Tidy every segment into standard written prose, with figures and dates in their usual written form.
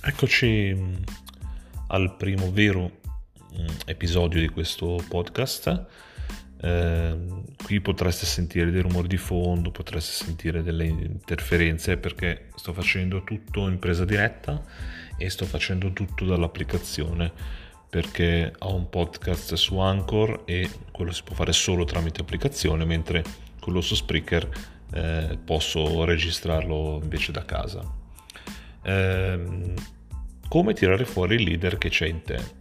Eccoci al primo vero episodio di questo podcast. Qui potreste sentire dei rumori di fondo, potreste sentire delle interferenze perché sto facendo tutto in presa diretta e sto facendo tutto dall'applicazione perché ho un podcast su Anchor e quello si può fare solo tramite applicazione, mentre quello su Spreaker posso registrarlo invece da casa. Come tirare fuori il leader che c'è in te.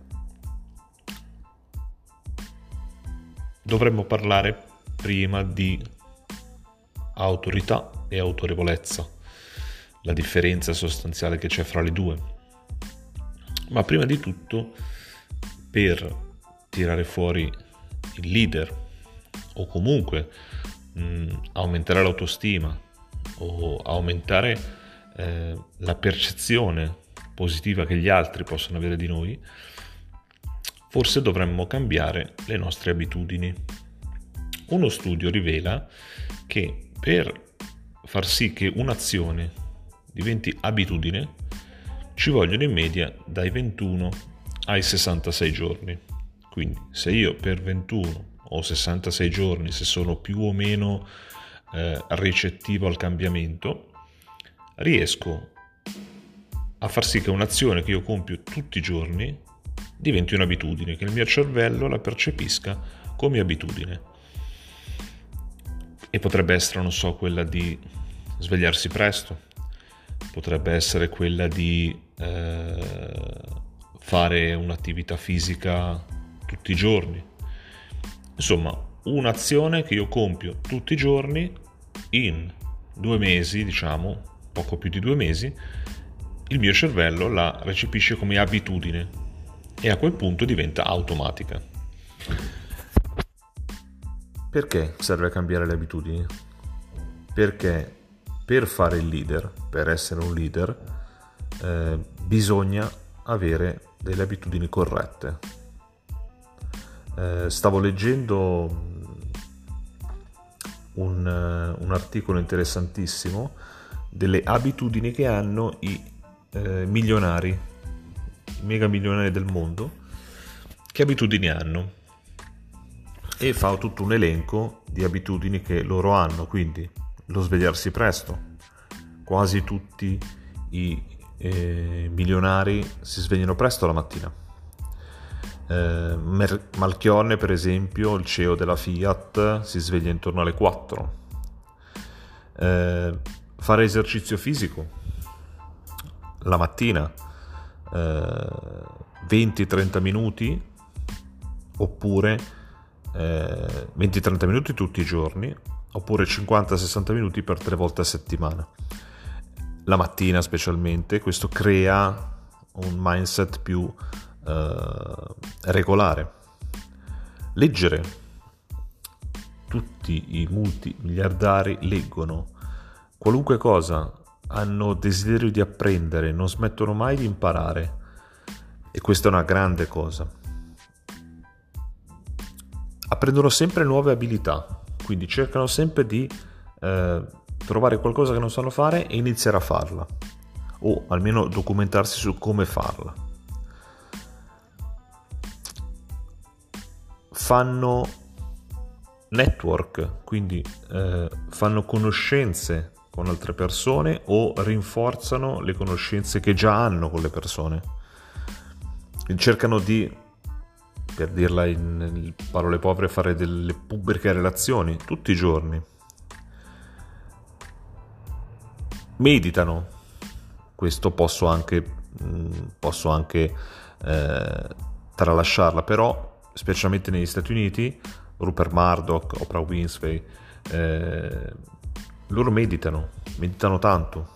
Dovremmo parlare prima di autorità e autorevolezza, la differenza sostanziale che c'è fra le due. Ma prima di tutto, per tirare fuori il leader o comunque aumentare l'autostima o aumentare la percezione positiva che gli altri possono avere di noi, forse dovremmo cambiare le nostre abitudini. Uno studio rivela che per far sì che un'azione diventi abitudine ci vogliono in media dai 21 ai 66 giorni. Quindi se io per 21 o 66 giorni, se sono più o meno ricettivo al cambiamento, riesco a far sì che un'azione che io compio tutti i giorni diventi un'abitudine, che il mio cervello la percepisca come abitudine. E potrebbe essere, non so, quella di svegliarsi presto, potrebbe essere quella di fare un'attività fisica tutti i giorni. Insomma, un'azione che io compio tutti i giorni in 2 mesi, diciamo, poco più di 2 mesi, il mio cervello la recepisce come abitudine e a quel punto diventa automatica. Perché serve cambiare le abitudini? Perché per fare il leader, per essere un leader, bisogna avere delle abitudini corrette. Stavo leggendo un articolo interessantissimo delle abitudini che hanno i milionari, i mega milionari del mondo, che abitudini hanno, e fa tutto un elenco di abitudini che loro hanno. Quindi lo svegliarsi presto, quasi tutti i milionari si svegliano presto la mattina. Malchione, per esempio, il CEO della Fiat, si sveglia intorno alle 4. Fare esercizio fisico la mattina, 20-30 minuti, oppure 20-30 minuti tutti i giorni, oppure 50-60 minuti per 3 volte a settimana. La mattina specialmente, questo crea un mindset più regolare. Leggere. Tutti i multimiliardari leggono qualunque cosa, hanno desiderio di apprendere, non smettono mai di imparare, e questa è una grande cosa. Apprendono sempre nuove abilità, quindi cercano sempre di trovare qualcosa che non sanno fare e iniziare a farla, o almeno documentarsi su come farla. Fanno network, quindi fanno conoscenze con altre persone o rinforzano le conoscenze che già hanno con le persone. Cercano di, per dirla in parole povere, fare delle pubbliche relazioni tutti i giorni. Meditano. Questo posso anche tralasciarla, però specialmente negli Stati Uniti, Rupert Murdoch, Oprah Winfrey, loro meditano tanto.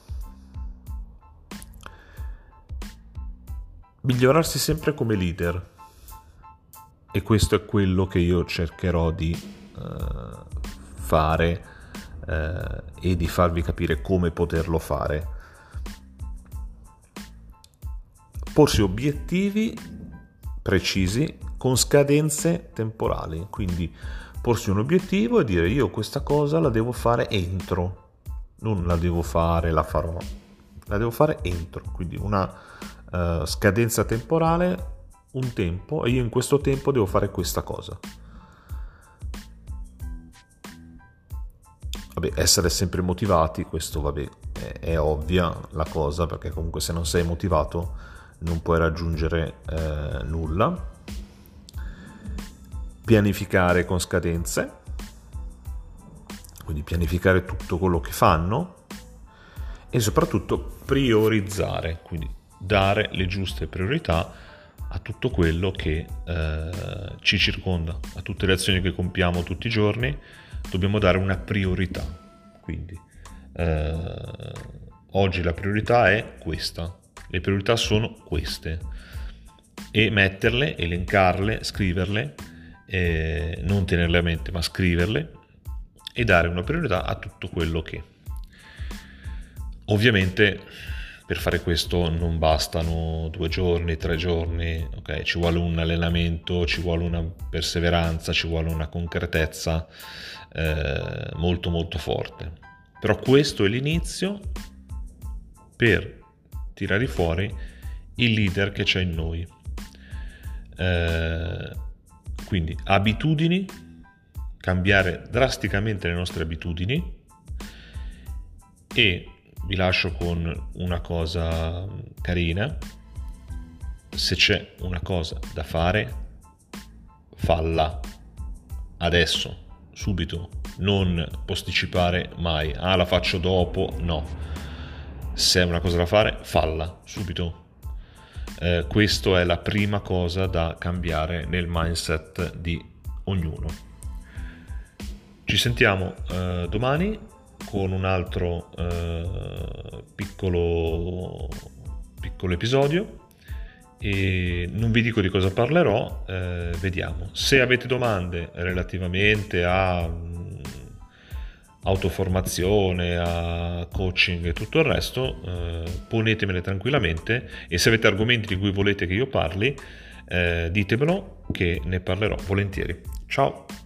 Migliorarsi sempre come leader, e questo è quello che io cercherò di fare e di farvi capire come poterlo fare. Porsi obiettivi precisi con scadenze temporali, quindi porsi un obiettivo e dire: io questa cosa la devo fare entro, non la devo fare, la farò, la devo fare entro, quindi una scadenza temporale, un tempo, e io in questo tempo devo fare questa cosa. Vabbè, essere sempre motivati, questo vabbè, è ovvia la cosa, perché comunque se non sei motivato non puoi raggiungere nulla. Pianificare con scadenze, quindi pianificare tutto quello che fanno, e soprattutto priorizzare, quindi dare le giuste priorità a tutto quello che ci circonda, a tutte le azioni che compiamo tutti i giorni. Dobbiamo dare una priorità. Quindi oggi la priorità è questa, le priorità sono queste, e metterle, elencarle, scriverle, non tenerle a mente ma scriverle, e dare una priorità a tutto quello che. Ovviamente per fare questo non bastano 2 giorni, 3 giorni, ok? Ci vuole un allenamento, ci vuole una perseveranza, ci vuole una concretezza molto molto forte. Però questo è l'inizio per tirare fuori il leader che c'è in noi. Quindi abitudini, cambiare drasticamente le nostre abitudini, e vi lascio con una cosa carina: se c'è una cosa da fare, falla adesso, subito, non posticipare mai. La faccio dopo, no. Se è una cosa da fare, falla subito. Questa è la prima cosa da cambiare nel mindset di ognuno. Ci sentiamo domani con un altro piccolo episodio, e non vi dico di cosa parlerò, vediamo. Se avete domande relativamente a autoformazione, a coaching e tutto il resto, ponetemele tranquillamente, e se avete argomenti di cui volete che io parli, ditemelo, che ne parlerò volentieri. Ciao!